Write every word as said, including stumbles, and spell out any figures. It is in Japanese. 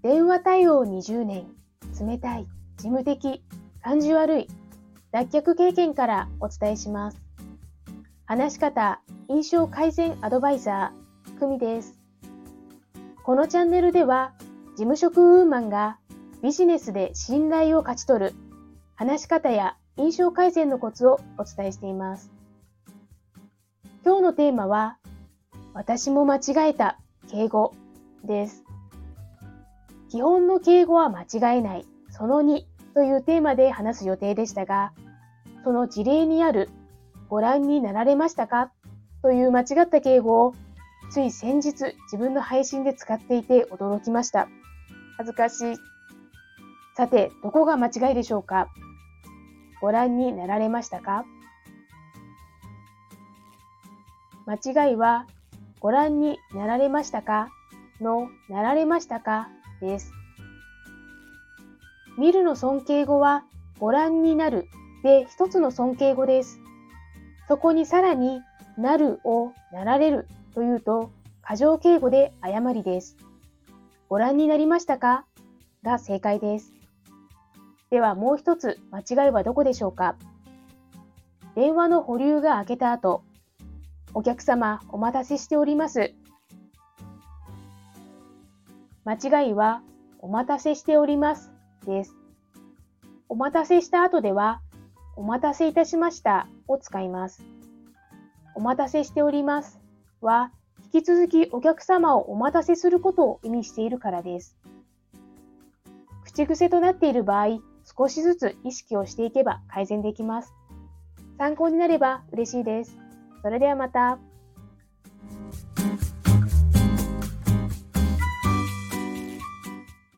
電話対応にじゅうねん、冷たい、事務的、感じ悪い、脱却経験からお伝えします。話し方、印象改善アドバイザー、久美です。このチャンネルでは、事務職ウーマンがビジネスで信頼を勝ち取る、話し方や印象改善のコツをお伝えしています。今日のテーマは、私も間違えた敬語です。基本の敬語は間違えない、そのにというテーマで話す予定でしたが、その事例にあるご覧になられましたかという間違った敬語をつい先日自分の配信で使っていて驚きました。恥ずかしい。さて、どこが間違いでしょうか？ご覧になられましたか？間違いは、ご覧になられましたかのなられましたかです。見るの尊敬語は、ご覧になるで一つの尊敬語です。そこにさらに、なるをなられるというと、過剰敬語で誤りです。ご覧になりましたかが正解です。ではもう一つ間違いはどこでしょうか？電話の保留が明けた後、お客様お待たせしております。間違いは、お待たせしておりますです。お待たせした後では、お待たせいたしましたを使います。お待たせしておりますは、引き続きお客様をお待たせすることを意味しているからです。口癖となっている場合、少しずつ意識をしていけば改善できます。参考になれば嬉しいです。それではまた。